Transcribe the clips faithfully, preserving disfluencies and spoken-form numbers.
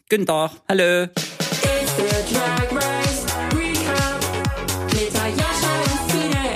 Guten Tag, hallo. It's the Drag Race Recap mit Ayosha und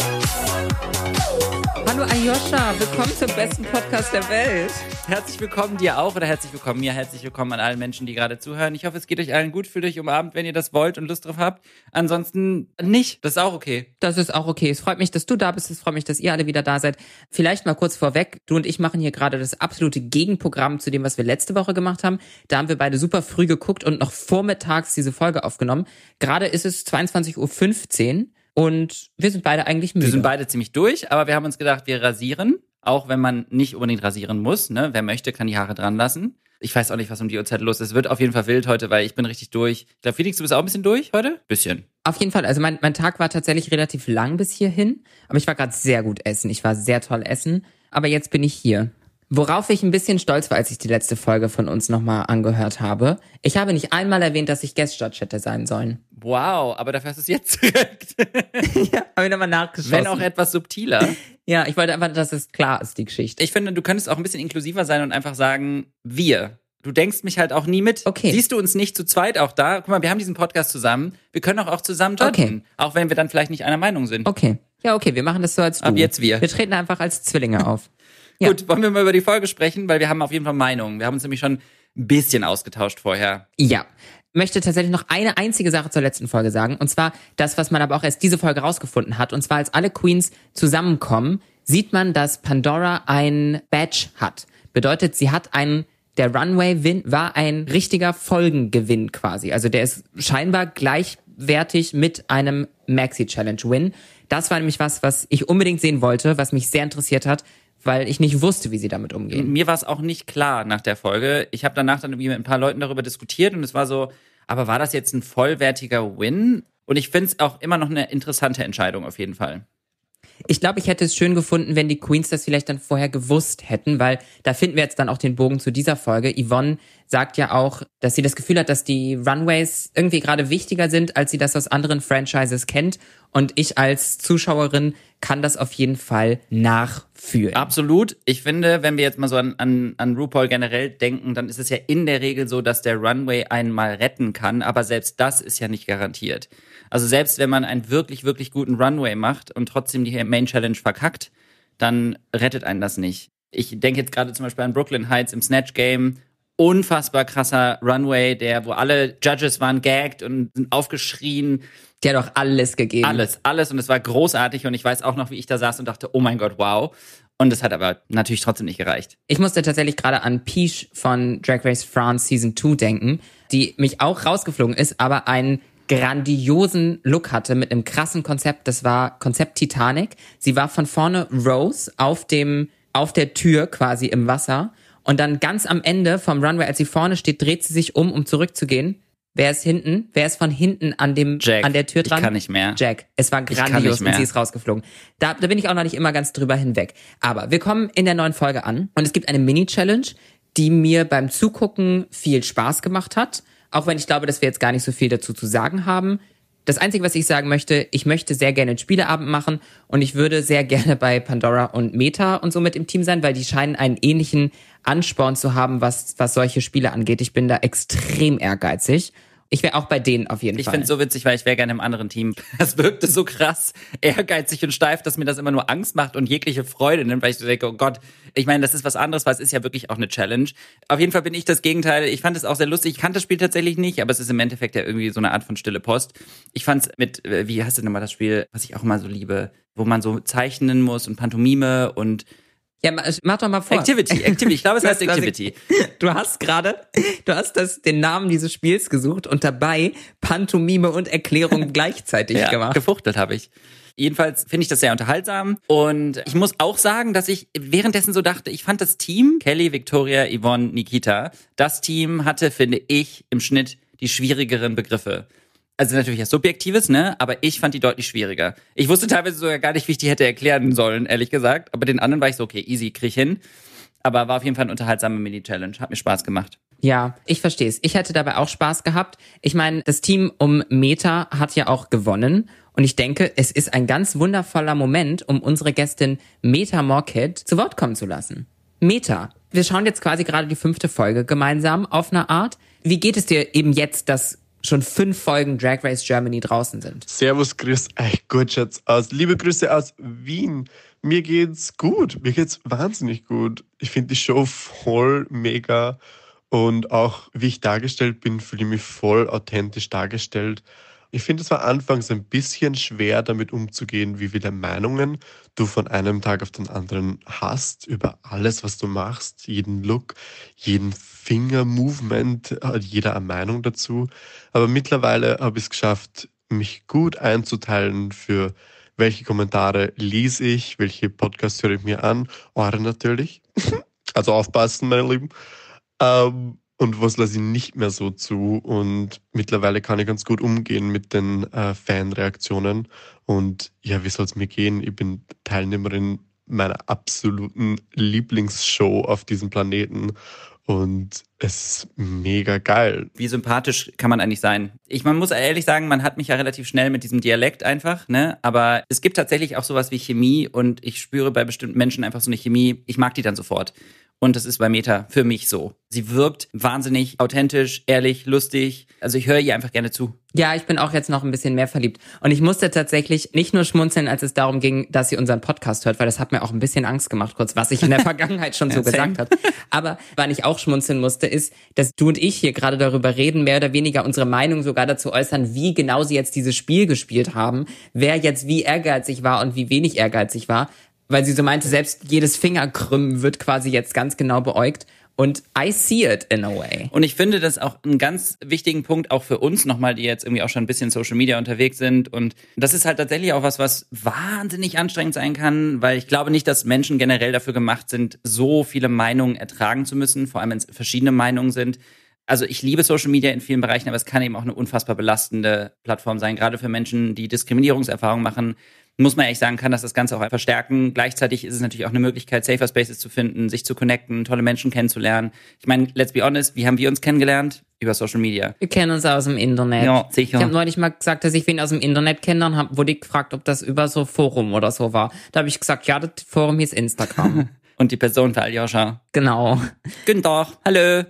Phoenix. Hallo Ayosha, willkommen zum besten Podcast der Welt. Herzlich willkommen dir auch oder herzlich willkommen mir, herzlich willkommen an allen Menschen, die gerade zuhören. Ich hoffe, es geht euch allen gut, fühlt euch umarmt, wenn ihr das wollt und Lust drauf habt. Ansonsten nicht, das ist auch okay. Das ist auch okay. Es freut mich, dass du da bist, es freut mich, dass ihr alle wieder da seid. Vielleicht mal kurz vorweg, du und ich machen hier gerade das absolute Gegenprogramm zu dem, was wir letzte Woche gemacht haben. Da haben wir beide super früh geguckt und noch vormittags diese Folge aufgenommen. Gerade ist es zweiundzwanzig Uhr fünfzehn und wir sind beide eigentlich müde. Wir sind beide ziemlich durch, aber wir haben uns gedacht, wir rasieren. Auch wenn man nicht unbedingt rasieren muss, ne? Wer möchte, kann die Haare dran lassen. Ich weiß auch nicht, was um die Uhrzeit los ist. Es wird auf jeden Fall wild heute, weil ich bin richtig durch. Ich glaube, Felix, du bist auch ein bisschen durch heute? Bisschen. Auf jeden Fall. Also mein, mein Tag war tatsächlich relativ lang bis hierhin. Aber ich war gerade sehr gut essen. Ich war sehr toll essen. Aber jetzt bin ich hier. Worauf ich ein bisschen stolz war, als ich die letzte Folge von uns nochmal angehört habe. Ich habe nicht einmal erwähnt, dass ich Guest Judge hätte sein sollen. Wow, aber dafür hast du es jetzt direkt. Ja, habe ich nochmal nachgeschaut. Wenn auch etwas subtiler. Ja, ich wollte einfach, dass es klar ist, die Geschichte. Ich finde, du könntest auch ein bisschen inklusiver sein und einfach sagen, wir. Du denkst mich halt auch nie mit. Okay. Siehst du uns nicht zu zweit auch da? Guck mal, wir haben diesen Podcast zusammen. Wir können auch, auch zusammen judgen. Okay. Auch wenn wir dann vielleicht nicht einer Meinung sind. Okay. Ja, okay, wir machen das so als du. Ab jetzt wir. Wir treten einfach als Zwillinge auf. Ja. Gut, wollen wir mal über die Folge sprechen? Weil wir haben auf jeden Fall Meinungen. Wir haben uns nämlich schon ein bisschen ausgetauscht vorher. Ja. Möchte tatsächlich noch eine einzige Sache zur letzten Folge sagen. Und zwar das, was man aber auch erst diese Folge rausgefunden hat. Und zwar, als alle Queens zusammenkommen, sieht man, dass Pandora ein Badge hat. Bedeutet, sie hat einen, der Runway-Win war ein richtiger Folgengewinn quasi. Also der ist scheinbar gleichwertig mit einem Maxi-Challenge-Win. Das war nämlich was, was ich unbedingt sehen wollte, was mich sehr interessiert hat, weil ich nicht wusste, wie sie damit umgehen. Mir war es auch nicht klar nach der Folge. Ich habe danach dann irgendwie mit ein paar Leuten darüber diskutiert und es war so, aber war das jetzt ein vollwertiger Win? Und ich finde es auch immer noch eine interessante Entscheidung auf jeden Fall. Ich glaube, ich hätte es schön gefunden, wenn die Queens das vielleicht dann vorher gewusst hätten, weil da finden wir jetzt dann auch den Bogen zu dieser Folge. Yvonne sagt ja auch, dass sie das Gefühl hat, dass die Runways irgendwie gerade wichtiger sind, als sie das aus anderen Franchises kennt. Und ich als Zuschauerin kann das auf jeden Fall nachfühlen. Absolut. Ich finde, wenn wir jetzt mal so an, an, an RuPaul generell denken, dann ist es ja in der Regel so, dass der Runway einen mal retten kann, aber selbst das ist ja nicht garantiert. Also selbst wenn man einen wirklich, wirklich guten Runway macht und trotzdem die Main Challenge verkackt, dann rettet einen das nicht. Ich denke jetzt gerade zum Beispiel an Brooklyn Heights im Snatch Game. Unfassbar krasser Runway, der, wo alle Judges waren gagged und sind aufgeschrien. Die hat auch alles gegeben. Alles, alles. Und es war großartig. Und ich weiß auch noch, wie ich da saß und dachte, oh mein Gott, wow. Und es hat aber natürlich trotzdem nicht gereicht. Ich musste tatsächlich gerade an Peach von Drag Race France Season zwei denken, die mich auch rausgeflogen ist, aber einen grandiosen Look hatte mit einem krassen Konzept. Das war Konzept Titanic. Sie war von vorne Rose auf dem, auf der Tür quasi im Wasser. Und dann ganz am Ende vom Runway, als sie vorne steht, dreht sie sich um, um zurückzugehen. Wer ist hinten? Wer ist von hinten an dem, Jack. an der Tür dran? Ich kann nicht mehr. Jack. Es war grandios und sie ist rausgeflogen. Da, da bin ich auch noch nicht immer ganz drüber hinweg. Aber wir kommen in der neuen Folge an und es gibt eine Mini-Challenge, die mir beim Zugucken viel Spaß gemacht hat. Auch wenn ich glaube, dass wir jetzt gar nicht so viel dazu zu sagen haben. Das Einzige, was ich sagen möchte, ich möchte sehr gerne einen Spieleabend machen und ich würde sehr gerne bei Pandora und Meta und so mit im Team sein, weil die scheinen einen ähnlichen Ansporn zu haben, was, was solche Spiele angeht. Ich bin da extrem ehrgeizig. Ich wäre auch bei denen auf jeden Ich Fall. finde es so witzig, weil ich wäre gerne im anderen Team. Das wirkte so krass ehrgeizig und steif, dass mir das immer nur Angst macht und jegliche Freude nimmt, weil ich so denke, oh Gott, ich meine, das ist was anderes, weil es ist ja wirklich auch eine Challenge. Auf jeden Fall bin ich das Gegenteil. Ich fand es auch sehr lustig. Ich kannte das Spiel tatsächlich nicht, aber es ist im Endeffekt ja irgendwie so eine Art von stille Post. Ich fand es mit, wie heißt denn nochmal das Spiel, was ich auch immer so liebe, wo man so zeichnen muss und Pantomime und Ja, mach doch mal vor. Activity, Activity. Ich glaube, es heißt Activity. Du hast gerade, du hast das, den Namen dieses Spiels gesucht und dabei Pantomime und Erklärung gleichzeitig ja, gemacht. Gefuchtelt habe ich. Jedenfalls finde ich das sehr unterhaltsam. Und ich muss auch sagen, dass ich währenddessen so dachte, ich fand das Team, Kelly, Victoria, Yvonne, Nikita, das Team hatte, finde ich, im Schnitt die schwierigeren Begriffe. Also natürlich was Subjektives, ne? Aber ich fand die deutlich schwieriger. Ich wusste teilweise sogar gar nicht, wie ich die hätte erklären sollen, ehrlich gesagt. Aber den anderen war ich so, okay, easy, krieg ich hin. Aber war auf jeden Fall eine unterhaltsame Mini-Challenge. Hat mir Spaß gemacht. Ja, ich verstehe es. Ich hätte dabei auch Spaß gehabt. Ich meine, das Team um Meta hat ja auch gewonnen. Und ich denke, es ist ein ganz wundervoller Moment, um unsere Gästin Meta Morkid zu Wort kommen zu lassen. Meta, wir schauen jetzt quasi gerade die fünfte Folge gemeinsam auf eine Art. Wie geht es dir eben jetzt, dass schon fünf Folgen Drag Race Germany draußen sind? Servus, grüß euch, gut schaut's aus. Liebe Grüße aus Wien. Mir geht's gut, mir geht's wahnsinnig gut. Ich finde die Show voll mega und auch wie ich dargestellt bin, fühle ich mich voll authentisch dargestellt. Ich finde, es war anfangs ein bisschen schwer, damit umzugehen, wie viele Meinungen du von einem Tag auf den anderen hast über alles, was du machst, jeden Look, jeden Finger-Movement, hat jeder eine Meinung dazu. Aber mittlerweile habe ich es geschafft, mich gut einzuteilen für welche Kommentare lese ich, welche Podcasts höre ich mir an, eure natürlich. Also aufpassen, meine Lieben. Ähm, Und was lasse ich nicht mehr so zu. Und mittlerweile kann ich ganz gut umgehen mit den äh, Fanreaktionen. Und ja, wie soll es mir gehen? Ich bin Teilnehmerin meiner absoluten Lieblingsshow auf diesem Planeten. Und es ist mega geil. Wie sympathisch kann man eigentlich sein? Ich, man muss ehrlich sagen, man hat mich ja relativ schnell mit diesem Dialekt einfach, ne? Aber es gibt tatsächlich auch sowas wie Chemie und ich spüre bei bestimmten Menschen einfach so eine Chemie. Ich mag die dann sofort. Und das ist bei Meta für mich so. Sie wirkt wahnsinnig authentisch, ehrlich, lustig. Also ich höre ihr einfach gerne zu. Ja, ich bin auch jetzt noch ein bisschen mehr verliebt. Und ich musste tatsächlich nicht nur schmunzeln, als es darum ging, dass sie unseren Podcast hört, weil das hat mir auch ein bisschen Angst gemacht, kurz, was ich in der Vergangenheit schon so gesagt habe. Aber wann ich auch schmunzeln musste, ist, dass du und ich hier gerade darüber reden, mehr oder weniger unsere Meinung sogar dazu äußern, wie genau sie jetzt dieses Spiel gespielt haben, wer jetzt wie ehrgeizig war und wie wenig ehrgeizig war. Weil sie so meinte, selbst jedes Fingerkrümmen wird quasi jetzt ganz genau beäugt. Und I see it in a way. Und ich finde das auch einen ganz wichtigen Punkt, auch für uns nochmal, die jetzt irgendwie auch schon ein bisschen Social Media unterwegs sind. Und das ist halt tatsächlich auch was, was wahnsinnig anstrengend sein kann, weil ich glaube nicht, dass Menschen generell dafür gemacht sind, so viele Meinungen ertragen zu müssen, vor allem wenn es verschiedene Meinungen sind. Also ich liebe Social Media in vielen Bereichen, aber es kann eben auch eine unfassbar belastende Plattform sein, gerade für Menschen, die Diskriminierungserfahrungen machen. Muss man ehrlich sagen, kann das das Ganze auch verstärken. Gleichzeitig ist es natürlich auch eine Möglichkeit, Safer Spaces zu finden, sich zu connecten, tolle Menschen kennenzulernen. Ich meine, let's be honest, wie haben wir uns kennengelernt? Über Social Media. Wir kennen uns aus dem Internet. Ja, sicher. Ich habe neulich mal gesagt, dass ich wen aus dem Internet kenne und hab, wurde ich gefragt, ob das über so Forum oder so war. Da habe ich gesagt, ja, das Forum hieß Instagram. Und die Person für Aljoscha. Genau. Guten Tag, hallo.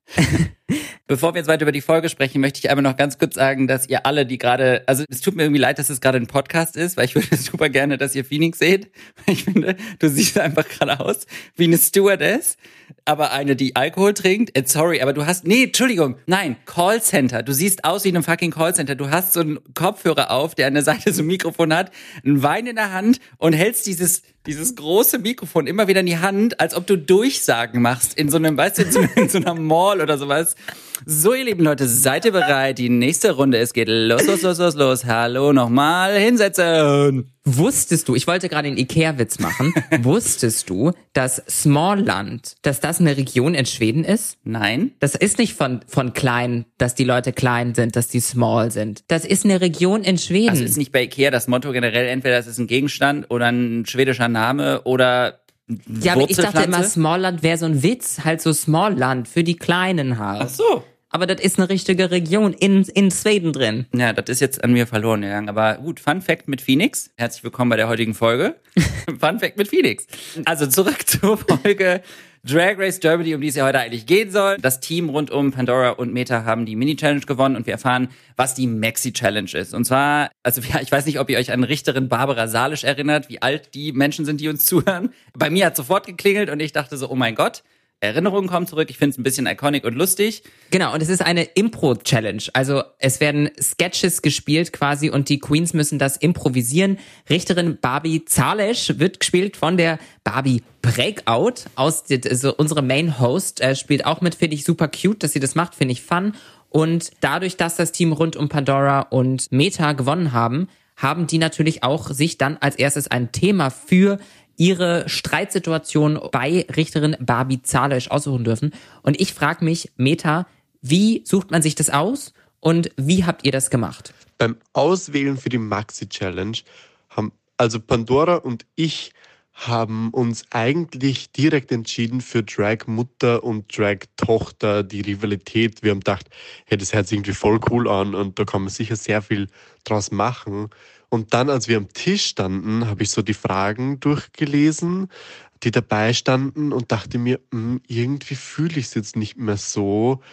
Bevor wir jetzt weiter über die Folge sprechen, möchte ich aber noch ganz kurz sagen, dass ihr alle, die gerade, also es tut mir irgendwie leid, dass es gerade ein Podcast ist, weil ich würde super gerne, dass ihr Phoenix seht. Ich finde, du siehst einfach gerade aus wie eine Stewardess, aber eine, die Alkohol trinkt. And sorry, aber du hast, nee, Entschuldigung, nein, Callcenter. Du siehst aus wie in einem fucking Callcenter. Du hast so einen Kopfhörer auf, der an der Seite so ein Mikrofon hat, einen Wein in der Hand und hältst dieses dieses große Mikrofon immer wieder in die Hand, als ob du Durchsagen machst in so einem, weißt du, in so, in so einer Mall oder sowas. So, ihr lieben Leute, seid ihr bereit? Die nächste Runde, es geht los, los, los, los, los. Hallo, nochmal hinsetzen. Wusstest du, ich wollte gerade einen Ikea-Witz machen, wusstest du, dass Smallland, dass das eine Region in Schweden ist? Nein. Das ist nicht von von klein, dass die Leute klein sind, dass die small sind. Das ist eine Region in Schweden. Also ist nicht bei Ikea das Motto generell, entweder das ist ein Gegenstand oder ein schwedischer Name oder ja, aber ich dachte immer, Smallland wäre so ein Witz, halt so Smallland für die Kleinen halt. Ach so. Aber das ist eine richtige Region in, in Schweden drin. Ja, das ist jetzt an mir verloren gegangen. Aber gut, Fun Fact mit Phoenix. Herzlich willkommen bei der heutigen Folge. Fun Fact mit Phoenix. Also zurück zur Folge Drag Race Germany, um die es ja heute eigentlich gehen soll. Das Team rund um Pandora und Meta haben die Mini-Challenge gewonnen und wir erfahren, was die Maxi-Challenge ist. Und zwar, also ja, ich weiß nicht, ob ihr euch an Richterin Barbara Salisch erinnert, wie alt die Menschen sind, die uns zuhören. Bei mir hat sofort geklingelt und ich dachte so, oh mein Gott, Erinnerungen kommen zurück. Ich finde es ein bisschen iconic und lustig. Genau, und es ist eine Impro-Challenge. Also es werden Sketches gespielt quasi und die Queens müssen das improvisieren. Richterin Barbie Zalesch wird gespielt von der Barbie Breakout. Aus also unsere Main-Host äh, spielt auch mit, finde ich super cute, dass sie das macht, finde ich fun. Und dadurch, dass das Team rund um Pandora und Meta gewonnen haben, haben die natürlich auch sich dann als erstes ein Thema für ihre Streitsituation bei Richterin Barbie Zalesch aussuchen dürfen. Und ich frage mich, Meta, wie sucht man sich das aus und wie habt ihr das gemacht? Beim Auswählen für die Maxi-Challenge haben also Pandora und ich haben uns eigentlich direkt entschieden für Drag-Mutter und Drag-Tochter, die Rivalität. Wir haben gedacht, hey, das hört sich irgendwie voll cool an und da kann man sicher sehr viel draus machen. Und dann, als wir am Tisch standen, habe ich so die Fragen durchgelesen, die dabei standen und dachte mir, mh, irgendwie fühle ich es jetzt nicht mehr so.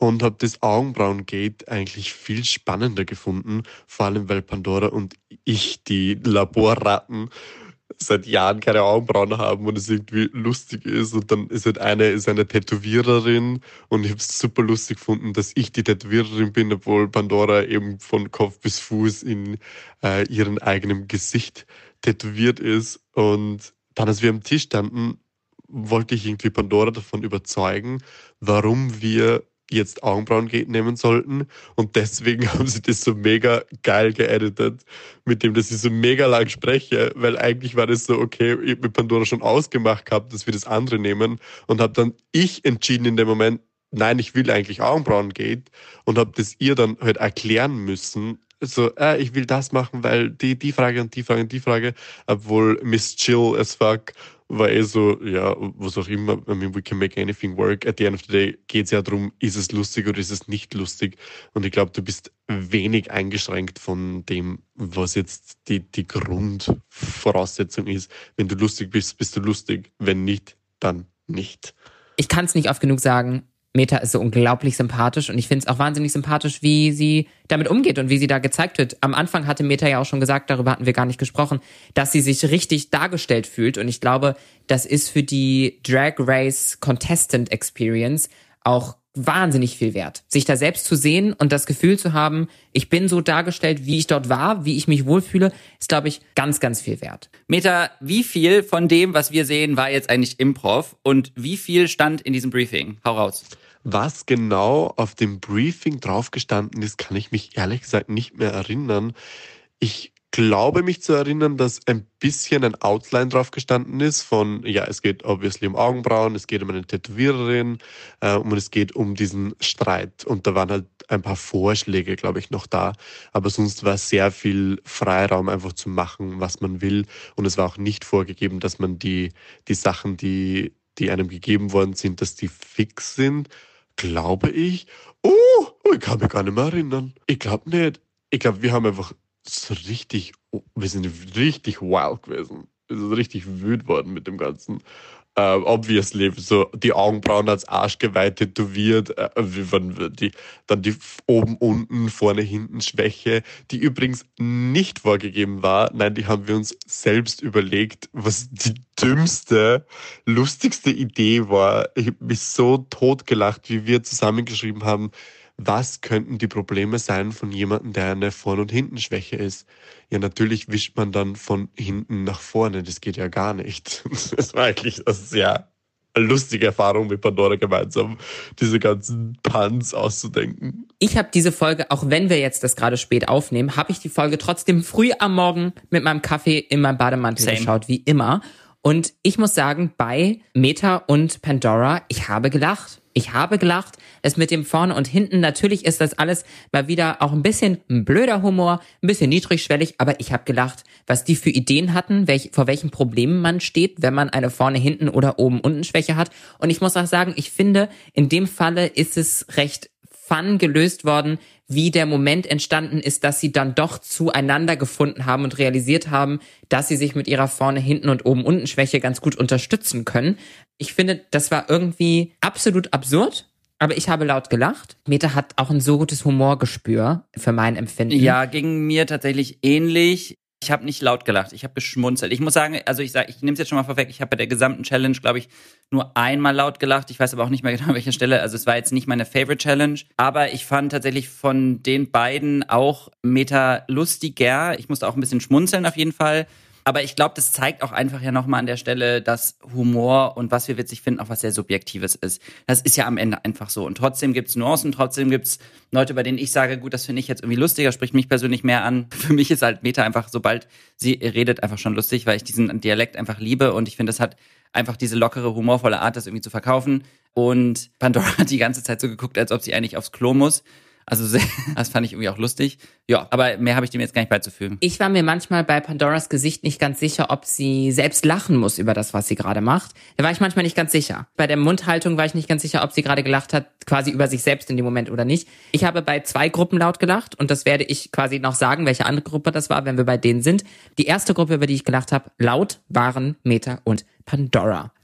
und habe das Augenbrauen-Gate eigentlich viel spannender gefunden, vor allem weil Pandora und ich, die Laborratten, seit Jahren keine Augenbrauen haben und es irgendwie lustig ist. Und dann ist halt eine, ist eine Tätowiererin und ich habe es super lustig gefunden, dass ich die Tätowiererin bin, obwohl Pandora eben von Kopf bis Fuß in äh, ihrem eigenen Gesicht tätowiert ist. Und dann, als wir am Tisch standen, wollte ich irgendwie Pandora davon überzeugen, warum wir jetzt Augenbrauen-Gate nehmen sollten. Und deswegen haben sie das so mega geil geeditet, mit dem, dass ich so mega lang spreche, weil eigentlich war das so, okay, ich habe mit Pandora schon ausgemacht gehabt, dass wir das andere nehmen und habe dann ich entschieden in dem Moment, nein, ich will eigentlich Augenbrauen-Gate und habe das ihr dann halt erklären müssen, so, äh, ich will das machen, weil die, die Frage und die Frage und die Frage, obwohl Miss Chill as fuck war eh so, ja, was auch immer, I mean, we can make anything work. At the end of the day geht es ja darum, ist es lustig oder ist es nicht lustig? Und ich glaube, du bist wenig eingeschränkt von dem, was jetzt die, die Grundvoraussetzung ist. Wenn du lustig bist, bist du lustig. Wenn nicht, dann nicht. Ich kann es nicht oft genug sagen, Meta ist so unglaublich sympathisch und ich finde es auch wahnsinnig sympathisch, wie sie damit umgeht und wie sie da gezeigt wird. Am Anfang hatte Meta ja auch schon gesagt, darüber hatten wir gar nicht gesprochen, dass sie sich richtig dargestellt fühlt und ich glaube, das ist für die Drag Race Contestant Experience auch wahnsinnig viel wert. Sich da selbst zu sehen und das Gefühl zu haben, ich bin so dargestellt, wie ich dort war, wie ich mich wohlfühle, ist, glaube ich, ganz, ganz viel wert. Meta, wie viel von dem, was wir sehen, war jetzt eigentlich Improv und wie viel stand in diesem Briefing? Hau raus. Was genau auf dem Briefing draufgestanden ist, kann ich mich ehrlich gesagt nicht mehr erinnern. Ich glaube mich zu erinnern, dass ein bisschen ein Outline drauf gestanden ist von, ja, es geht obviously um Augenbrauen, es geht um eine Tätowiererin äh, und es geht um diesen Streit. Und da waren halt ein paar Vorschläge, glaube ich, noch da. Aber sonst war sehr viel Freiraum, einfach zu machen, was man will. Und es war auch nicht vorgegeben, dass man die, die Sachen, die, die einem gegeben worden sind, dass die fix sind, glaube ich. Oh, ich kann mich gar nicht mehr erinnern. Ich glaube nicht. Ich glaube, wir haben einfach so richtig, wir sind richtig wild gewesen. Wir sind richtig wütend worden mit dem Ganzen. Uh, obviously, so die Augenbrauen als Arschgeweih tätowiert, uh, die, dann die oben, unten, vorne, hinten Schwäche, die übrigens nicht vorgegeben war. Nein, die haben wir uns selbst überlegt, was die dümmste, lustigste Idee war. Ich habe mich so totgelacht, wie wir zusammengeschrieben haben, was könnten die Probleme sein von jemandem, der eine Vorn- und Hintenschwäche ist? Ja, natürlich wischt man dann von hinten nach vorne. Das geht ja gar nicht. Das war eigentlich eine sehr lustige Erfahrung mit Pandora gemeinsam, diese ganzen Puns auszudenken. Ich habe diese Folge, auch wenn wir jetzt das gerade spät aufnehmen, habe ich die Folge trotzdem früh am Morgen mit meinem Kaffee in meinem Bademantel Same. geschaut, wie immer. Und ich muss sagen, bei Meta und Pandora, ich habe gelacht. Ich habe gelacht. Es mit dem Vorne und Hinten, natürlich ist das alles mal wieder auch ein bisschen ein blöder Humor, ein bisschen niedrigschwellig, aber ich habe gelacht, was die für Ideen hatten, welch, vor welchen Problemen man steht, wenn man eine Vorne, Hinten oder oben, unten Schwäche hat. Und ich muss auch sagen, ich finde, in dem Falle ist es recht fun gelöst worden, wie der Moment entstanden ist, dass sie dann doch zueinander gefunden haben und realisiert haben, dass sie sich mit ihrer Vorne, Hinten und oben, unten Schwäche ganz gut unterstützen können. Ich finde, das war irgendwie absolut absurd, aber ich habe laut gelacht. Meta hat auch ein so gutes Humorgespür für mein Empfinden. Ja, ging mir tatsächlich ähnlich. Ich habe nicht laut gelacht, ich habe geschmunzelt. Ich muss sagen, also ich sage, ich nehme es jetzt schon mal vorweg, ich habe bei der gesamten Challenge, glaube ich, nur einmal laut gelacht. Ich weiß aber auch nicht mehr genau, an welcher Stelle. Also es war jetzt nicht meine Favorite Challenge. Aber ich fand tatsächlich von den beiden auch Meta lustiger. Ich musste auch ein bisschen schmunzeln auf jeden Fall. Aber ich glaube, das zeigt auch einfach ja nochmal an der Stelle, dass Humor und was wir witzig finden auch was sehr Subjektives ist. Das ist ja am Ende einfach so. Und trotzdem gibt's Nuancen, trotzdem gibt's Leute, bei denen ich sage, gut, das finde ich jetzt irgendwie lustiger, spricht mich persönlich mehr an. Für mich ist halt Meta einfach, sobald sie redet, einfach schon lustig, weil ich diesen Dialekt einfach liebe. Und ich finde, das hat einfach diese lockere, humorvolle Art, das irgendwie zu verkaufen. Und Pandora hat die ganze Zeit so geguckt, als ob sie eigentlich aufs Klo muss. Also sehr, das fand ich irgendwie auch lustig. Ja, aber mehr habe ich dem jetzt gar nicht beizufügen. Ich war mir manchmal bei Pandoras Gesicht nicht ganz sicher, ob sie selbst lachen muss über das, was sie gerade macht. Da war ich manchmal nicht ganz sicher. Bei der Mundhaltung war ich nicht ganz sicher, ob sie gerade gelacht hat, quasi über sich selbst in dem Moment oder nicht. Ich habe bei zwei Gruppen laut gelacht und das werde ich quasi noch sagen, welche andere Gruppe das war, wenn wir bei denen sind. Die erste Gruppe, über die ich gelacht habe, laut, waren Meta und Pandora.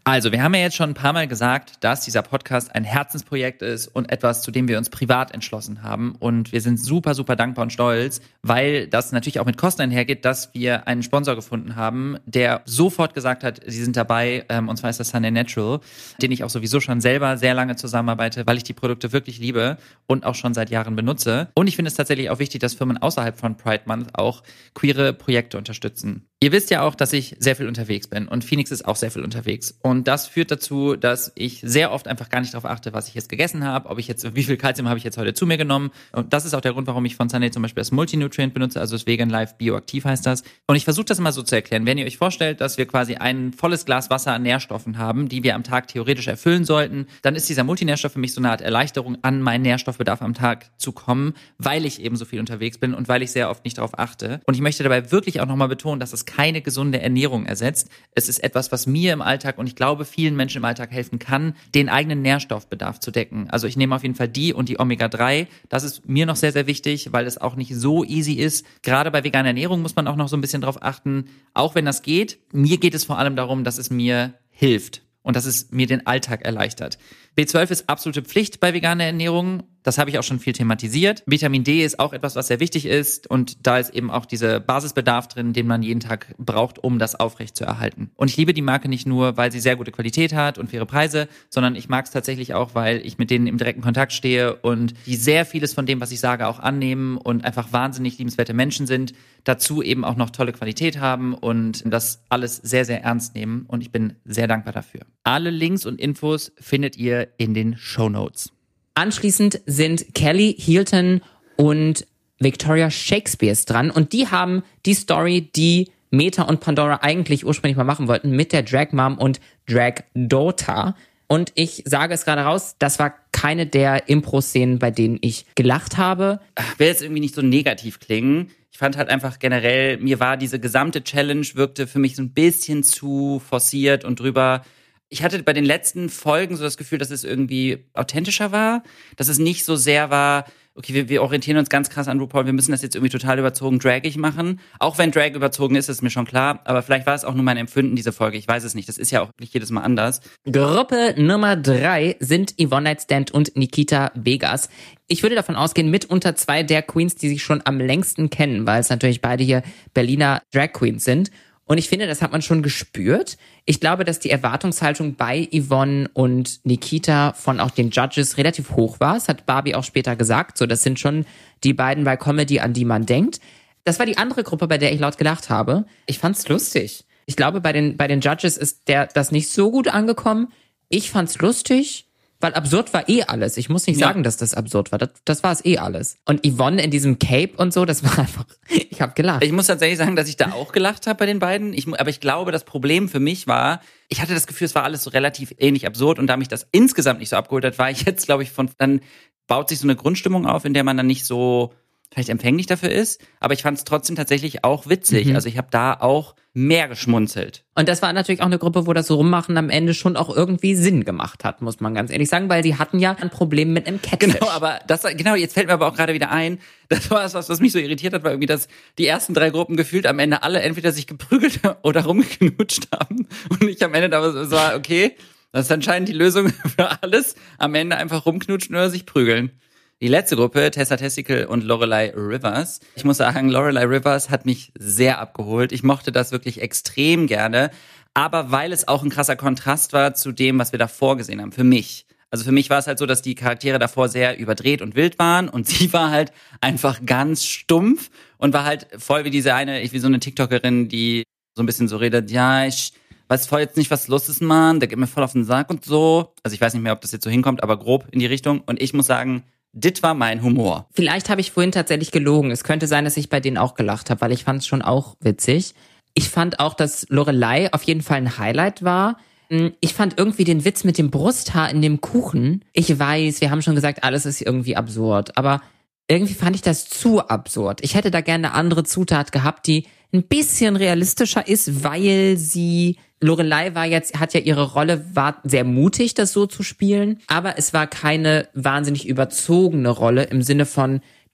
Also, wir haben ja jetzt schon ein paar Mal gesagt, dass dieser Podcast ein Herzensprojekt ist und etwas, zu dem wir uns privat entschlossen haben. Und wir sind super, super dankbar und stolz, weil das natürlich auch mit Kosten einhergeht, dass wir einen Sponsor gefunden haben, der sofort gesagt hat, sie sind dabei, ähm, und zwar ist das Sunday Natural, den ich auch sowieso schon selber sehr lange zusammenarbeite, weil ich die Produkte wirklich liebe und auch schon seit Jahren benutze. Und ich finde es tatsächlich auch wichtig, dass Firmen außerhalb von Pride Month auch queere Projekte unterstützen. Ihr wisst ja auch, dass ich sehr viel unterwegs bin und Phoenix ist auch sehr viel unterwegs. Und das führt dazu, dass ich sehr oft einfach gar nicht darauf achte, was ich jetzt gegessen habe, ob ich jetzt, wie viel Kalzium habe ich jetzt heute zu mir genommen. Und das ist auch der Grund, warum ich von Sunday zum Beispiel das Multinutrient benutze, also das Vegan Life Bioaktiv heißt das. Und ich versuche das immer so zu erklären. Wenn ihr euch vorstellt, dass wir quasi ein volles Glas Wasser an Nährstoffen haben, die wir am Tag theoretisch erfüllen sollten, dann ist dieser Multinährstoff für mich so eine Art Erleichterung, an meinen Nährstoffbedarf am Tag zu kommen, weil ich eben so viel unterwegs bin und weil ich sehr oft nicht darauf achte. Und ich möchte dabei wirklich auch nochmal betonen, dass es keine gesunde Ernährung ersetzt. Es ist etwas, was mir im Alltag und ich glaube vielen Menschen im Alltag helfen kann, den eigenen Nährstoffbedarf zu decken. Also ich nehme auf jeden Fall die und die Omega drei. Das ist mir noch sehr, sehr wichtig, weil es auch nicht so easy ist. Gerade bei veganer Ernährung muss man auch noch so ein bisschen drauf achten. Auch wenn das geht, mir geht es vor allem darum, dass es mir hilft und dass es mir den Alltag erleichtert. B zwölf ist absolute Pflicht bei veganer Ernährung. Das habe ich auch schon viel thematisiert. Vitamin D ist auch etwas, was sehr wichtig ist. Und da ist eben auch dieser Basisbedarf drin, den man jeden Tag braucht, um das aufrecht zu erhalten. Und ich liebe die Marke nicht nur, weil sie sehr gute Qualität hat und faire Preise, sondern ich mag es tatsächlich auch, weil ich mit denen im direkten Kontakt stehe und die sehr vieles von dem, was ich sage, auch annehmen und einfach wahnsinnig liebenswerte Menschen sind. Dazu eben auch noch tolle Qualität haben und das alles sehr, sehr ernst nehmen. Und ich bin sehr dankbar dafür. Alle Links und Infos findet ihr in den Shownotes. Anschließend sind Kelly Hilton und Victoria Shakespeare dran und die haben die Story, die Meta und Pandora eigentlich ursprünglich mal machen wollten, mit der Drag Mom und Drag Daughter. Und ich sage es gerade raus, das war keine der Impro-Szenen, bei denen ich gelacht habe. Ich will jetzt irgendwie nicht so negativ klingen. Ich fand halt einfach generell, mir war diese gesamte Challenge, wirkte für mich so ein bisschen zu forciert und drüber. Ich hatte bei den letzten Folgen so das Gefühl, dass es irgendwie authentischer war, dass es nicht so sehr war, okay, wir, wir orientieren uns ganz krass an RuPaul, wir müssen das jetzt irgendwie total überzogen dragig machen. Auch wenn Drag überzogen ist, ist mir schon klar, aber vielleicht war es auch nur mein Empfinden, diese Folge, ich weiß es nicht, das ist ja auch nicht jedes Mal anders. Gruppe Nummer drei sind Yvonne Nightstand und Nikita Vegas. Ich würde davon ausgehen, mitunter zwei der Queens, die sich schon am längsten kennen, weil es natürlich beide hier Berliner Drag Queens sind. Und ich finde, das hat man schon gespürt. Ich glaube, dass die Erwartungshaltung bei Yvonne und Nikita von auch den Judges relativ hoch war. Das hat Barbie auch später gesagt. So, das sind schon die beiden bei Comedy, an die man denkt. Das war die andere Gruppe, bei der ich laut gelacht habe. Ich fand's lustig. Ich glaube, bei den, bei den Judges ist der, das nicht so gut angekommen. Ich fand's lustig. Weil absurd war eh alles. Ich muss nicht ja. sagen, dass das absurd war. Das, das war es eh alles. Und Yvonne in diesem Cape und so, das war einfach, ich habe gelacht. Ich muss tatsächlich sagen, dass ich da auch gelacht habe bei den beiden. Ich, aber ich glaube, das Problem für mich war, ich hatte das Gefühl, es war alles so relativ ähnlich absurd. Und da mich das insgesamt nicht so abgeholt hat, war ich jetzt, glaube ich, von, dann baut sich so eine Grundstimmung auf, in der man dann nicht so vielleicht empfänglich dafür ist, aber ich fand es trotzdem tatsächlich auch witzig. Mhm. Also ich habe da auch mehr geschmunzelt. Und das war natürlich auch eine Gruppe, wo das Rummachen am Ende schon auch irgendwie Sinn gemacht hat, muss man ganz ehrlich sagen, weil sie hatten ja ein Problem mit einem Catfish. Genau, aber das, genau, jetzt fällt mir aber auch gerade wieder ein, das war was, was mich so irritiert hat, war irgendwie, dass die ersten drei Gruppen gefühlt am Ende alle entweder sich geprügelt oder rumgeknutscht haben und ich am Ende da war, okay, das ist anscheinend die Lösung für alles, am Ende einfach rumknutschen oder sich prügeln. Die letzte Gruppe, Tessa Testicle und Lorelei Rivers. Ich muss sagen, Lorelei Rivers hat mich sehr abgeholt. Ich mochte das wirklich extrem gerne. Aber weil es auch ein krasser Kontrast war zu dem, was wir davor gesehen haben, für mich. Also für mich war es halt so, dass die Charaktere davor sehr überdreht und wild waren und sie war halt einfach ganz stumpf und war halt voll wie diese eine, wie so eine TikTokerin, die so ein bisschen so redet, ja, ich weiß voll jetzt nicht, was los ist, Mann, der geht mir voll auf den Sack und so. Also ich weiß nicht mehr, ob das jetzt so hinkommt, aber grob in die Richtung. Und ich muss sagen, dit war mein Humor. Vielleicht habe ich vorhin tatsächlich gelogen. Es könnte sein, dass ich bei denen auch gelacht habe, weil ich fand es schon auch witzig. Ich fand auch, dass Lorelei auf jeden Fall ein Highlight war. Ich fand irgendwie den Witz mit dem Brusthaar in dem Kuchen. Ich weiß, wir haben schon gesagt, alles ist irgendwie absurd. Aber irgendwie fand ich das zu absurd. Ich hätte da gerne eine andere Zutat gehabt, die ein bisschen realistischer ist, weil sie... Lorelei war jetzt, hat ja ihre Rolle, war sehr mutig, das so zu spielen, aber es war keine wahnsinnig überzogene Rolle im Sinne von,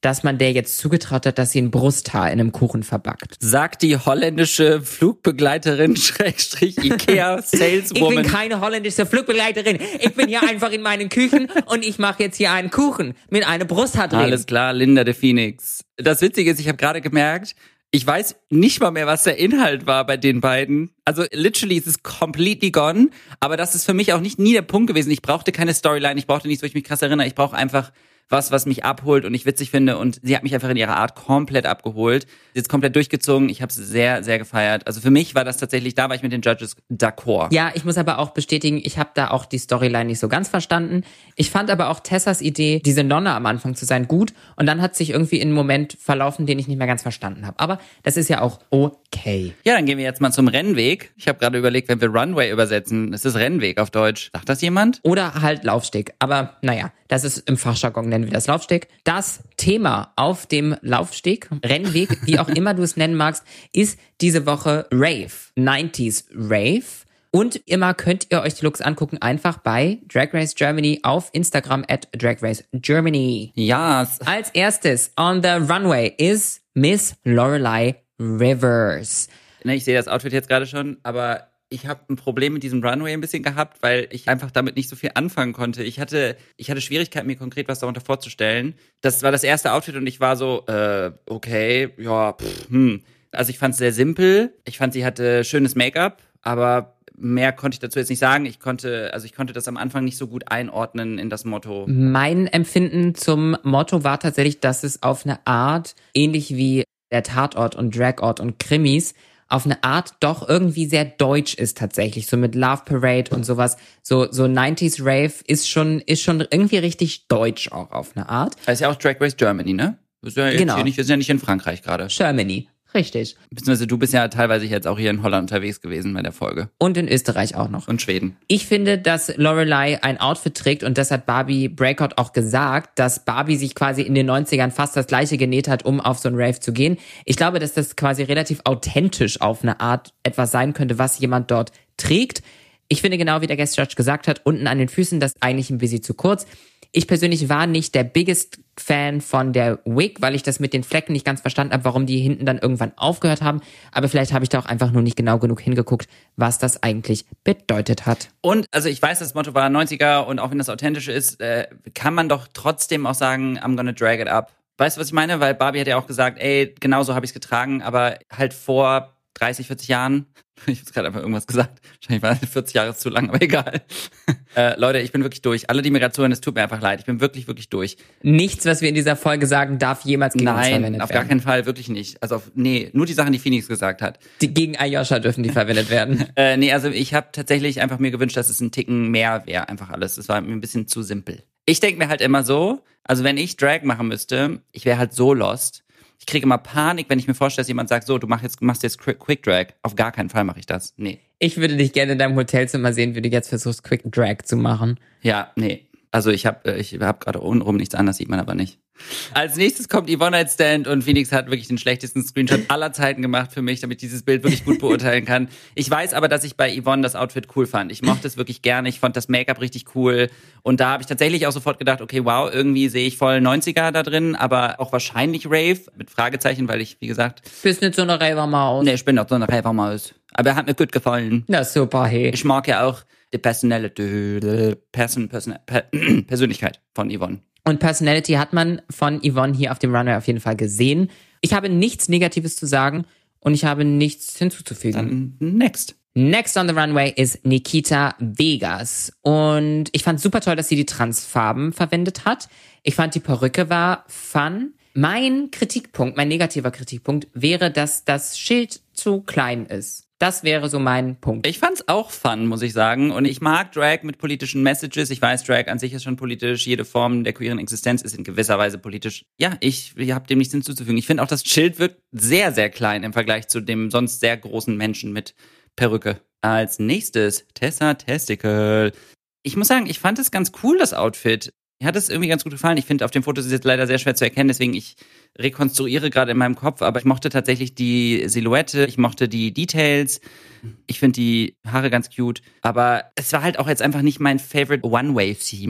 dass man der jetzt zugetraut hat, dass sie ein Brusthaar in einem Kuchen verbackt. Sagt die holländische Flugbegleiterin, Schrägstrich Ikea Saleswoman. Ich bin keine holländische Flugbegleiterin. Ich bin hier einfach in meinen Küchen und ich mache jetzt hier einen Kuchen mit einem Brusthaar drin. Alles klar, Linda de Phoenix. Das Witzige ist, ich habe gerade gemerkt, ich weiß nicht mal mehr, was der Inhalt war bei den beiden. Also literally ist es completely gone. Aber das ist für mich auch nicht nie der Punkt gewesen. Ich brauchte keine Storyline, ich brauchte nichts, wo ich mich krass erinnere. Ich brauche einfach was, was mich abholt und ich witzig finde. Und sie hat mich einfach in ihrer Art komplett abgeholt. Sie ist komplett durchgezogen. Ich habe es sehr, sehr gefeiert. Also für mich war das tatsächlich, da war ich mit den Judges d'accord. Ja, ich muss aber auch bestätigen, ich habe da auch die Storyline nicht so ganz verstanden. Ich fand aber auch Tessas Idee, diese Nonne am Anfang zu sein, gut. Und dann hat sich irgendwie in einen Moment verlaufen, den ich nicht mehr ganz verstanden habe. Aber das ist ja auch okay. Ja, dann gehen wir jetzt mal zum Rennweg. Ich habe gerade überlegt, wenn wir Runway übersetzen, ist es Rennweg auf Deutsch. Sagt das jemand? Oder halt Laufsteg. Aber naja, das ist im Fachjargon, nennen wir das Laufsteg. Das Thema auf dem Laufsteg, Rennweg, wie auch immer du es nennen magst, ist diese Woche Rave. neunziger Rave. Und immer könnt ihr euch die Looks angucken, einfach bei Drag Race Germany auf Instagram at Drag Race Germany. Ja. Als erstes on the runway ist Miss Lorelei Rivers. Ne, ich sehe das Outfit jetzt gerade schon, aber ich habe ein Problem mit diesem Runway ein bisschen gehabt, weil ich einfach damit nicht so viel anfangen konnte. Ich hatte, ich hatte Schwierigkeiten, mir konkret was darunter vorzustellen. Das war das erste Outfit und ich war so, äh, okay, ja, pff, hm. Also ich fand es sehr simpel. Ich fand, sie hatte schönes Make-up, aber mehr konnte ich dazu jetzt nicht sagen. Ich konnte, also ich konnte das am Anfang nicht so gut einordnen in das Motto. Mein Empfinden zum Motto war tatsächlich, dass es auf eine Art, ähnlich wie der Tatort und Dragort und Krimis, auf eine Art doch irgendwie sehr deutsch ist tatsächlich, so mit Love Parade und sowas. So so neunziger Rave ist schon ist schon irgendwie richtig deutsch auch auf eine Art. Das ist ja auch Drag Race Germany, ne? Wir sind ja jetzt Genau. hier nicht, wir sind ja nicht in Frankreich gerade. Germany, richtig. Beziehungsweise du bist ja teilweise jetzt auch hier in Holland unterwegs gewesen bei der Folge. Und in Österreich auch noch. Und Schweden. Ich finde, dass Lorelei ein Outfit trägt und das hat Barbie Breakout auch gesagt, dass Barbie sich quasi in den neunzigern fast das gleiche genäht hat, um auf so ein Rave zu gehen. Ich glaube, dass das quasi relativ authentisch auf eine Art etwas sein könnte, was jemand dort trägt. Ich finde genau, wie der Guest Judge gesagt hat, unten an den Füßen, das ist eigentlich ein bisschen zu kurz. Ich persönlich war nicht der biggest Fan von der Wig, weil ich das mit den Flecken nicht ganz verstanden habe, warum die hinten dann irgendwann aufgehört haben. Aber vielleicht habe ich da auch einfach nur nicht genau genug hingeguckt, was das eigentlich bedeutet hat. Und, also ich weiß, das Motto war neunziger und auch wenn das authentisch ist, äh, kann man doch trotzdem auch sagen, I'm gonna drag it up. Weißt du, was ich meine? Weil Barbie hat ja auch gesagt, ey, genau so habe ich es getragen, aber halt vor dreißig, vierzig Jahren. Ich habe gerade einfach irgendwas gesagt. Wahrscheinlich war vierzig Jahre zu lang, aber egal. äh, Leute, ich bin wirklich durch. Alle, die mir gerade zuhören, es tut mir einfach leid. Ich bin wirklich, wirklich durch. Nichts, was wir in dieser Folge sagen, darf jemals gegen uns verwendet werden. Nein, auf gar keinen Fall, wirklich nicht. Also, auf, nee, nur die Sachen, die Phoenix gesagt hat. Die, gegen Ayosha dürfen die verwendet werden. äh, nee, also ich habe tatsächlich einfach mir gewünscht, dass es ein Ticken mehr wäre, einfach alles. Es war mir ein bisschen zu simpel. Ich denke mir halt immer so, also wenn ich Drag machen müsste, ich wäre halt so lost. Ich kriege immer Panik, wenn ich mir vorstelle, dass jemand sagt, so, du mach jetzt, machst jetzt Quick Drag. Auf gar keinen Fall mache ich das. Nee. Ich würde dich gerne in deinem Hotelzimmer sehen, wie du jetzt versuchst, Quick Drag zu machen. Ja, nee. Also ich habe ich hab gerade untenrum nichts an, das sieht man aber nicht. Als nächstes kommt die One-Night-Stand und Phoenix hat wirklich den schlechtesten Screenshot aller Zeiten gemacht für mich, damit ich dieses Bild wirklich gut beurteilen kann. Ich weiß aber, dass ich bei Yvonne das Outfit cool fand. Ich mochte es wirklich gerne. Ich fand das Make-up richtig cool. Und da habe ich tatsächlich auch sofort gedacht, okay, wow, irgendwie sehe ich voll neunziger da drin, aber auch wahrscheinlich Rave mit Fragezeichen, weil ich, wie gesagt... Bist nicht so eine Raver-Maus. Nee, ich bin doch so eine Raver-Maus. Aber er hat mir gut gefallen. Na super, hey. Ich mag ja auch die Personality, Person, Person, Persönlichkeit von Yvonne. Und Personality hat man von Yvonne hier auf dem Runway auf jeden Fall gesehen. Ich habe nichts Negatives zu sagen und ich habe nichts hinzuzufügen. Dann next. Next on the runway ist Nikita Vegas. Und ich fand super toll, dass sie die Transfarben verwendet hat. Ich fand, die Perücke war fun. Mein Kritikpunkt, mein negativer Kritikpunkt wäre, dass das Schild zu klein ist. Das wäre so mein Punkt. Ich fand's auch fun, muss ich sagen. Und ich mag Drag mit politischen Messages. Ich weiß, Drag an sich ist schon politisch. Jede Form der queeren Existenz ist in gewisser Weise politisch. Ja, ich, ich habe dem nichts hinzuzufügen. Ich finde auch, das Schild wirkt sehr, sehr klein im Vergleich zu dem sonst sehr großen Menschen mit Perücke. Als nächstes Tessa Testicle. Ich muss sagen, ich fand es ganz cool, das Outfit. Mir hat es irgendwie ganz gut gefallen. Ich finde, auf dem Foto ist es jetzt leider sehr schwer zu erkennen, deswegen ich rekonstruiere gerade in meinem Kopf, aber ich mochte tatsächlich die Silhouette, ich mochte die Details, ich finde die Haare ganz cute, aber es war halt auch jetzt einfach nicht mein Favorite One-Way-Theme.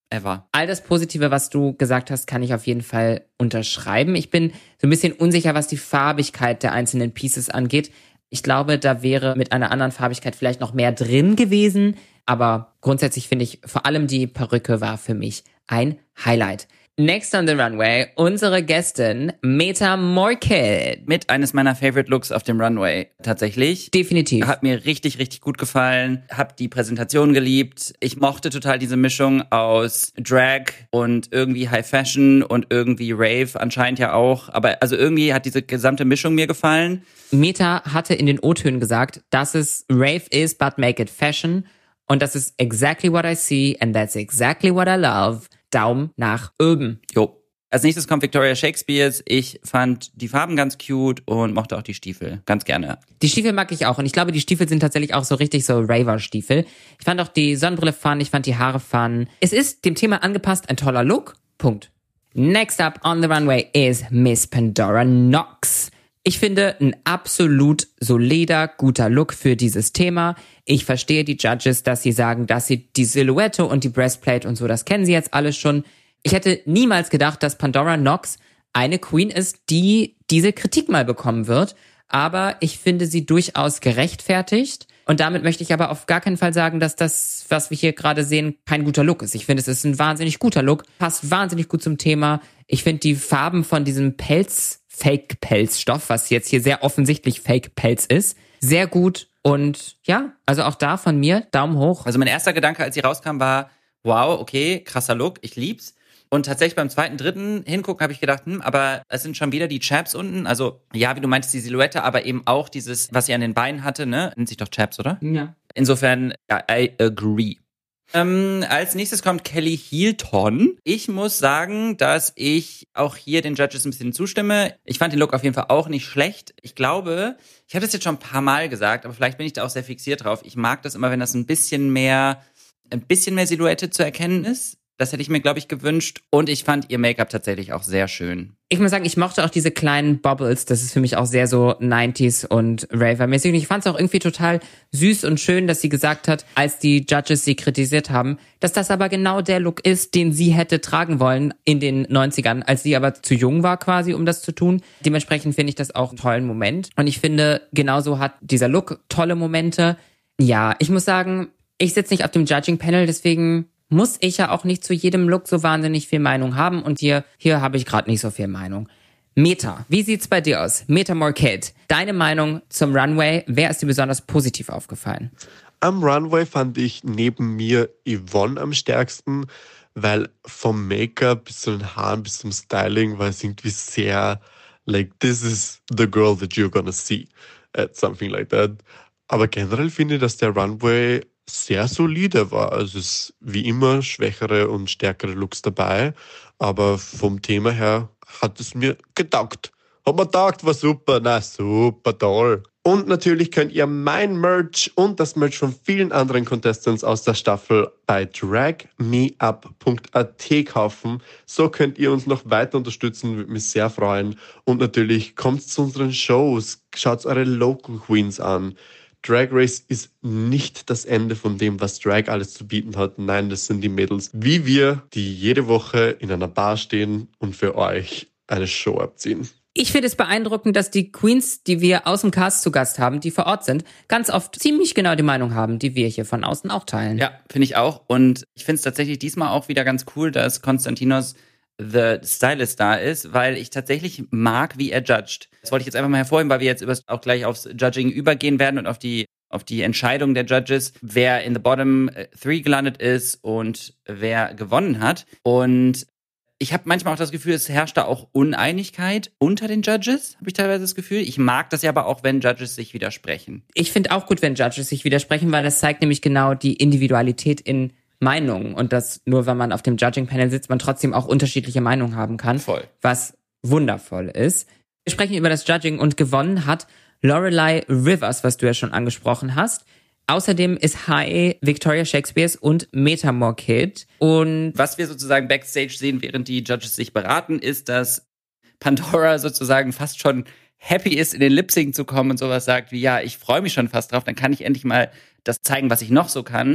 ever. All das Positive, was du gesagt hast, kann ich auf jeden Fall unterschreiben. Ich bin so ein bisschen unsicher, was die Farbigkeit der einzelnen Pieces angeht. Ich glaube, da wäre mit einer anderen Farbigkeit vielleicht noch mehr drin gewesen. Aber grundsätzlich finde ich, vor allem die Perücke war für mich ein Highlight. Next on the runway, unsere Gästin Meta Morkid. Mit eines meiner Favorite Looks auf dem Runway, tatsächlich. Definitiv. Hat mir richtig, richtig gut gefallen. Hab die Präsentation geliebt. Ich mochte total diese Mischung aus Drag und irgendwie High Fashion und irgendwie Rave anscheinend ja auch. Aber also irgendwie hat diese gesamte Mischung mir gefallen. Meta hatte in den O-Tönen gesagt, dass es Rave is, but make it fashion. Und das ist exactly what I see and that's exactly what I love. Daumen nach oben. Jo. Als nächstes kommt Victoria Shakespears. Ich fand die Farben ganz cute und mochte auch die Stiefel ganz gerne. Die Stiefel mag ich auch und ich glaube, die Stiefel sind tatsächlich auch so richtig so Raver-Stiefel. Ich fand auch die Sonnenbrille fun, ich fand die Haare fun. Es ist dem Thema angepasst, ein toller Look. Punkt. Next up on the runway is Miss Pandora Knox. Ich finde, ein absolut solider, guter Look für dieses Thema. Ich verstehe die Judges, dass sie sagen, dass sie die Silhouette und die Breastplate und so, das kennen sie jetzt alles schon. Ich hätte niemals gedacht, dass Pandora Knox eine Queen ist, die diese Kritik mal bekommen wird. Aber ich finde sie durchaus gerechtfertigt. Und damit möchte ich aber auf gar keinen Fall sagen, dass das, was wir hier gerade sehen, kein guter Look ist. Ich finde, es ist ein wahnsinnig guter Look, passt wahnsinnig gut zum Thema. Ich finde die Farben von diesem Pelz, Fake-Pelzstoff, was jetzt hier sehr offensichtlich Fake-Pelz ist, sehr gut. Und ja, also auch da von mir, Daumen hoch. Also mein erster Gedanke, als sie rauskam, war, wow, okay, krasser Look, ich lieb's. Und tatsächlich beim zweiten, dritten hingucken habe ich gedacht, hm, aber es sind schon wieder die Chaps unten. Also ja, wie du meintest, die Silhouette, aber eben auch dieses, was sie an den Beinen hatte, ne? Nennt sich doch Chaps, oder? Ja. Insofern, ja, I agree. Ähm, als nächstes kommt Kelly Hilton. Ich muss sagen, dass ich auch hier den Judges ein bisschen zustimme. Ich fand den Look auf jeden Fall auch nicht schlecht. Ich glaube, ich habe das jetzt schon ein paar Mal gesagt, aber vielleicht bin ich da auch sehr fixiert drauf. Ich mag das immer, wenn das ein bisschen mehr, ein bisschen mehr Silhouette zu erkennen ist. Das hätte ich mir, glaube ich, gewünscht. Und ich fand ihr Make-up tatsächlich auch sehr schön. Ich muss sagen, ich mochte auch diese kleinen Bobbles. Das ist für mich auch sehr so neunziger und Raver-mäßig. Und ich fand es auch irgendwie total süß und schön, dass sie gesagt hat, als die Judges sie kritisiert haben, dass das aber genau der Look ist, den sie hätte tragen wollen in den neunzigern, als sie aber zu jung war quasi, um das zu tun. Dementsprechend finde ich das auch einen tollen Moment. Und ich finde, genauso hat dieser Look tolle Momente. Ja, ich muss sagen, ich sitze nicht auf dem Judging-Panel, deswegen muss ich ja auch nicht zu jedem Look so wahnsinnig viel Meinung haben. Und hier, hier habe ich gerade nicht so viel Meinung. Meta, wie sieht's bei dir aus? Meta Morkid, deine Meinung zum Runway, wer ist dir besonders positiv aufgefallen? Am Runway fand ich neben mir Yvonne am stärksten, weil vom Make-up bis zu den Haaren bis zum Styling war es irgendwie sehr, like, this is the girl that you're gonna see at something like that. Aber generell finde ich, dass der Runway sehr solide war. Also es ist wie immer schwächere und stärkere Looks dabei, aber vom Thema her hat es mir getaugt. Hat mir getaugt, war super, na super, toll. Und natürlich könnt ihr mein Merch und das Merch von vielen anderen Contestants aus der Staffel bei drag me up punkt a t kaufen. So könnt ihr uns noch weiter unterstützen, würde mich sehr freuen. Und natürlich kommt zu unseren Shows, schaut eure Local Queens an. Drag Race ist nicht das Ende von dem, was Drag alles zu bieten hat. Nein, das sind die Mädels wie wir, die jede Woche in einer Bar stehen und für euch eine Show abziehen. Ich finde es beeindruckend, dass die Queens, die wir aus dem Cast zu Gast haben, die vor Ort sind, ganz oft ziemlich genau die Meinung haben, die wir hier von außen auch teilen. Ja, finde ich auch. Und ich finde es tatsächlich diesmal auch wieder ganz cool, dass Konstantinos The Stylist da ist, weil ich tatsächlich mag, wie er judgt. Das wollte ich jetzt einfach mal hervorheben, weil wir jetzt auch gleich aufs Judging übergehen werden und auf die auf die Entscheidung der Judges, wer in the bottom three gelandet ist und wer gewonnen hat. Und ich habe manchmal auch das Gefühl, es herrscht da auch Uneinigkeit unter den Judges, habe ich teilweise das Gefühl. Ich mag das ja aber auch, wenn Judges sich widersprechen. Ich finde auch gut, wenn Judges sich widersprechen, weil das zeigt nämlich genau die Individualität in Meinungen und dass nur wenn man auf dem Judging-Panel sitzt, man trotzdem auch unterschiedliche Meinungen haben kann. Voll. Was wundervoll ist. Wir sprechen über das Judging und gewonnen hat Lorelei Rivers, was du ja schon angesprochen hast. Außerdem ist H E Victoria Shakespears und Meta Morkid. Und was wir sozusagen backstage sehen, während die Judges sich beraten, ist, dass Pandora sozusagen fast schon happy ist, in den Lip-Sync zu kommen und sowas sagt wie, ja, ich freue mich schon fast drauf, dann kann ich endlich mal das zeigen, was ich noch so kann.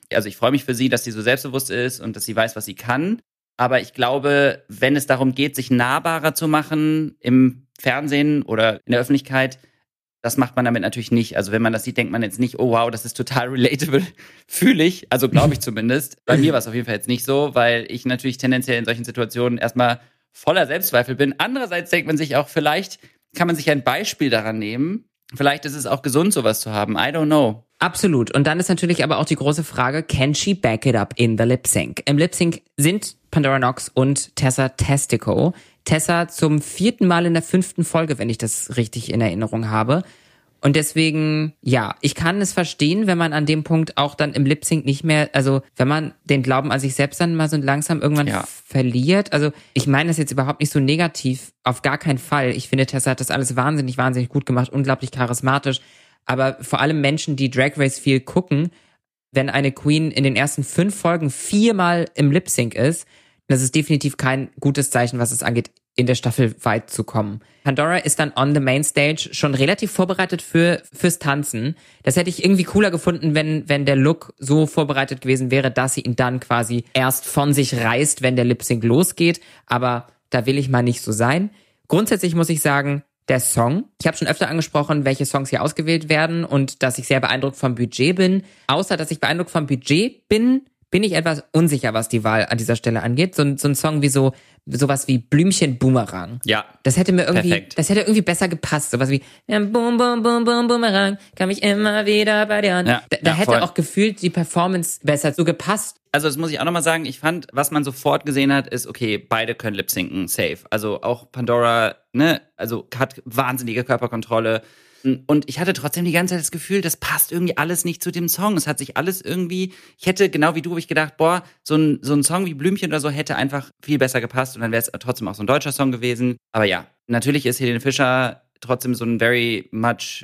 Also ich freue mich für sie, dass sie so selbstbewusst ist und dass sie weiß, was sie kann. Aber ich glaube, wenn es darum geht, sich nahbarer zu machen im Fernsehen oder in der Öffentlichkeit, das macht man damit natürlich nicht. Also wenn man das sieht, denkt man jetzt nicht, oh wow, das ist total relatable. Fühle ich, also glaube ich zumindest. Bei mir war es auf jeden Fall jetzt nicht so, weil ich natürlich tendenziell in solchen Situationen erstmal voller Selbstzweifel bin. Andererseits denkt man sich auch, vielleicht kann man sich ein Beispiel daran nehmen. Vielleicht ist es auch gesund, sowas zu haben. I don't know. Absolut. Und dann ist natürlich aber auch die große Frage, can she back it up in the Lip Sync? Im Lip Sync sind Pandora Knox und Tessa Testico. Tessa zum vierten Mal in der fünften Folge, wenn ich das richtig in Erinnerung habe. Und deswegen, ja, ich kann es verstehen, wenn man an dem Punkt auch dann im Lip Sync nicht mehr, also wenn man den Glauben an sich selbst dann mal so langsam irgendwann ja. verliert. Also ich meine das jetzt überhaupt nicht so negativ, auf gar keinen Fall. Ich finde, Tessa hat das alles wahnsinnig, wahnsinnig gut gemacht, unglaublich charismatisch. Aber vor allem Menschen, die Drag Race viel gucken, wenn eine Queen in den ersten fünf Folgen viermal im Lip Sync ist, das ist definitiv kein gutes Zeichen, was es angeht, in der Staffel weit zu kommen. Pandora ist dann on the main stage schon relativ vorbereitet für fürs Tanzen. Das hätte ich irgendwie cooler gefunden, wenn wenn der Look so vorbereitet gewesen wäre, dass sie ihn dann quasi erst von sich reißt, wenn der Lip Sync losgeht. Aber da will ich mal nicht so sein. Grundsätzlich muss ich sagen, der Song. Ich habe schon öfter angesprochen, welche Songs hier ausgewählt werden und dass ich sehr beeindruckt vom Budget bin. Außer, dass ich beeindruckt vom Budget bin, bin ich etwas unsicher, was die Wahl an dieser Stelle angeht. So, so ein Song wie so sowas wie Blümchen Boomerang. Ja. Das hätte mir irgendwie, perfekt. das hätte irgendwie besser gepasst. Sowas wie Boom, Boom, Boom, Boom, Boomerang, kann mich immer wieder bei dir an. Ja, da da ja, hätte voll. auch gefühlt die Performance besser so gepasst. Also das muss ich auch nochmal sagen, ich fand, was man sofort gesehen hat, ist, okay, beide können lip-synken, safe. Also auch Pandora, ne, also hat wahnsinnige Körperkontrolle. Und ich hatte trotzdem die ganze Zeit das Gefühl, das passt irgendwie alles nicht zu dem Song. Es hat sich alles irgendwie, ich hätte, genau wie du, habe ich gedacht, boah, so ein, so ein Song wie Blümchen oder so hätte einfach viel besser gepasst und dann wäre es trotzdem auch so ein deutscher Song gewesen. Aber ja, natürlich ist Helene Fischer trotzdem so ein very much,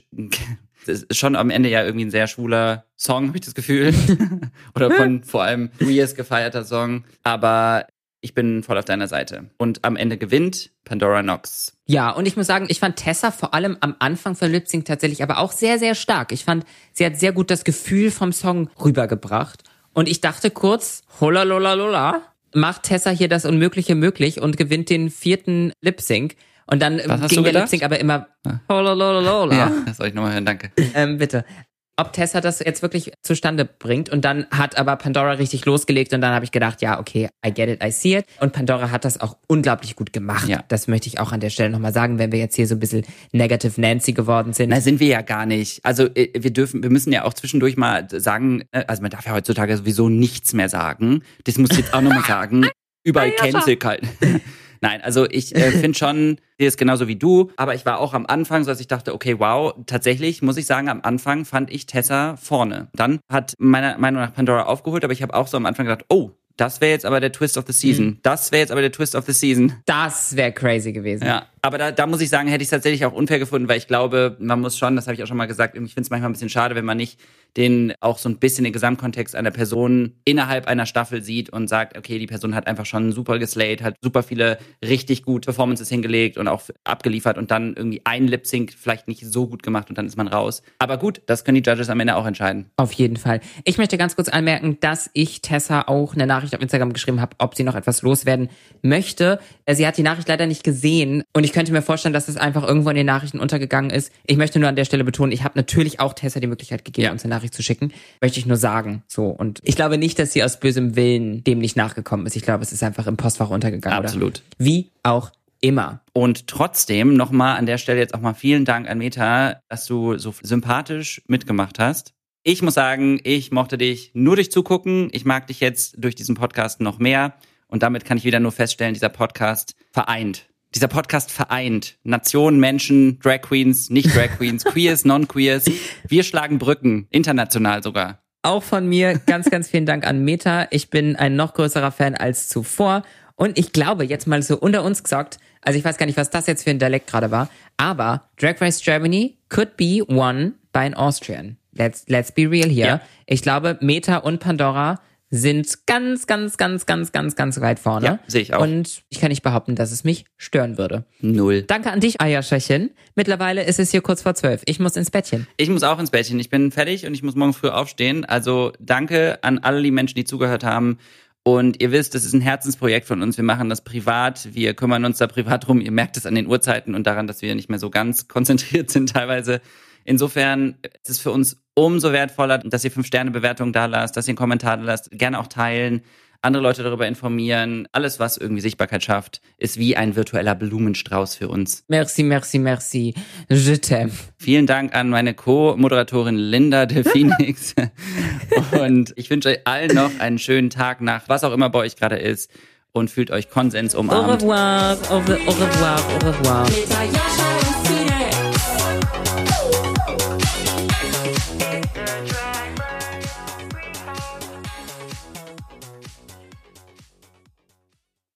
es ist schon am Ende ja irgendwie ein sehr schwuler Song, habe ich das Gefühl. Oder von vor allem Queers gefeierter Song. Aber ich bin voll auf deiner Seite. Und am Ende gewinnt Pandora Knox. Ja, und ich muss sagen, ich fand Tessa vor allem am Anfang von Lip Sync tatsächlich aber auch sehr, sehr stark. Ich fand, sie hat sehr gut das Gefühl vom Song rübergebracht. Und ich dachte kurz, hola lola lola, macht Tessa hier das Unmögliche möglich und gewinnt den vierten Lip Sync. Und dann ging der Lip Sync aber immer hola lola lola. Ja, das soll ich nochmal hören, danke. Ähm, bitte. Ob Tessa das jetzt wirklich zustande bringt. Und dann hat aber Pandora richtig losgelegt und dann habe ich gedacht, ja, okay, I get it, I see it. Und Pandora hat das auch unglaublich gut gemacht. Ja. Das möchte ich auch an der Stelle nochmal sagen, wenn wir jetzt hier so ein bisschen Negative Nancy geworden sind. Na, sind wir ja gar nicht. Also wir dürfen, wir müssen ja auch zwischendurch mal sagen, also man darf ja heutzutage sowieso nichts mehr sagen. Das muss ich jetzt auch nochmal sagen. Überall Cancel kalten. Nein, also ich äh, finde schon, sehe es genauso wie du, aber ich war auch am Anfang so, dass ich dachte, okay, wow, tatsächlich muss ich sagen, am Anfang fand ich Tessa vorne. Dann hat meiner Meinung nach Pandora aufgeholt, aber ich habe auch so am Anfang gedacht, oh, das wäre jetzt aber der Twist of the Season. Mhm. Das wäre jetzt aber der Twist of the Season. Das wäre crazy gewesen. Ja, aber da, da muss ich sagen, hätte ich es tatsächlich auch unfair gefunden, weil ich glaube, man muss schon, das habe ich auch schon mal gesagt, ich finde es manchmal ein bisschen schade, wenn man nicht den auch so ein bisschen den Gesamtkontext einer Person innerhalb einer Staffel sieht und sagt, okay, die Person hat einfach schon super geslayed, hat super viele richtig gute Performances hingelegt und auch abgeliefert und dann irgendwie ein Lip-Sync vielleicht nicht so gut gemacht und dann ist man raus. Aber gut, das können die Judges am Ende auch entscheiden. Auf jeden Fall. Ich möchte ganz kurz anmerken, dass ich Tessa auch eine Nachricht auf Instagram geschrieben habe, ob sie noch etwas loswerden möchte. Sie hat die Nachricht leider nicht gesehen und ich könnte mir vorstellen, dass es einfach irgendwo in den Nachrichten untergegangen ist. Ich möchte nur an der Stelle betonen, ich habe natürlich auch Tessa die Möglichkeit gegeben, ja. uns eine Nachricht zu schicken. Möchte ich nur sagen. So. Und ich glaube nicht, dass sie aus bösem Willen dem nicht nachgekommen ist. Ich glaube, es ist einfach im Postfach untergegangen. Absolut. Oder? Wie auch immer. Und trotzdem nochmal an der Stelle jetzt auch mal vielen Dank an Meta, dass du so sympathisch mitgemacht hast. Ich muss sagen, ich mochte dich nur durch Zugucken. Ich mag dich jetzt durch diesen Podcast noch mehr. Und damit kann ich wieder nur feststellen, dieser Podcast vereint. Dieser Podcast vereint Nationen, Menschen, Drag Queens, nicht Drag Queens, Queers, Non-Queers. Wir schlagen Brücken, international sogar. Auch von mir ganz, ganz vielen Dank an Meta. Ich bin ein noch größerer Fan als zuvor. Und ich glaube, jetzt mal so unter uns gesagt, also ich weiß gar nicht, was das jetzt für ein Dialekt gerade war, aber Drag Race Germany could be won by an Austrian. Let's, let's be real here. Ja. Ich glaube, Meta und Pandora sind ganz, ganz, ganz, ganz, ganz, ganz weit vorne. Ja, sehe ich auch. Und ich kann nicht behaupten, dass es mich stören würde. Null. Danke an dich, Ayaschachen. Mittlerweile ist es hier kurz vor zwölf. Ich muss ins Bettchen. Ich muss auch ins Bettchen. Ich bin fertig und ich muss morgen früh aufstehen. Also danke an alle die Menschen, die zugehört haben. Und ihr wisst, das ist ein Herzensprojekt von uns. Wir machen das privat. Wir kümmern uns da privat drum. Ihr merkt es an den Uhrzeiten und daran, dass wir nicht mehr so ganz konzentriert sind teilweise. Insofern ist es für uns umso wertvoller, dass ihr Fünf-Sterne-Bewertungen da lasst, dass ihr einen Kommentar da lasst, gerne auch teilen, andere Leute darüber informieren. Alles, was irgendwie Sichtbarkeit schafft, ist wie ein virtueller Blumenstrauß für uns. Merci, merci, merci. Je t'aime. Vielen Dank an meine Co-Moderatorin Linda de Phoenix. Und ich wünsche euch allen noch einen schönen Tag nach, was auch immer bei euch gerade ist. Und fühlt euch Konsens Au umarmt. revoir, au re- au revoir, au revoir. Mit Ayasha und Phoenix.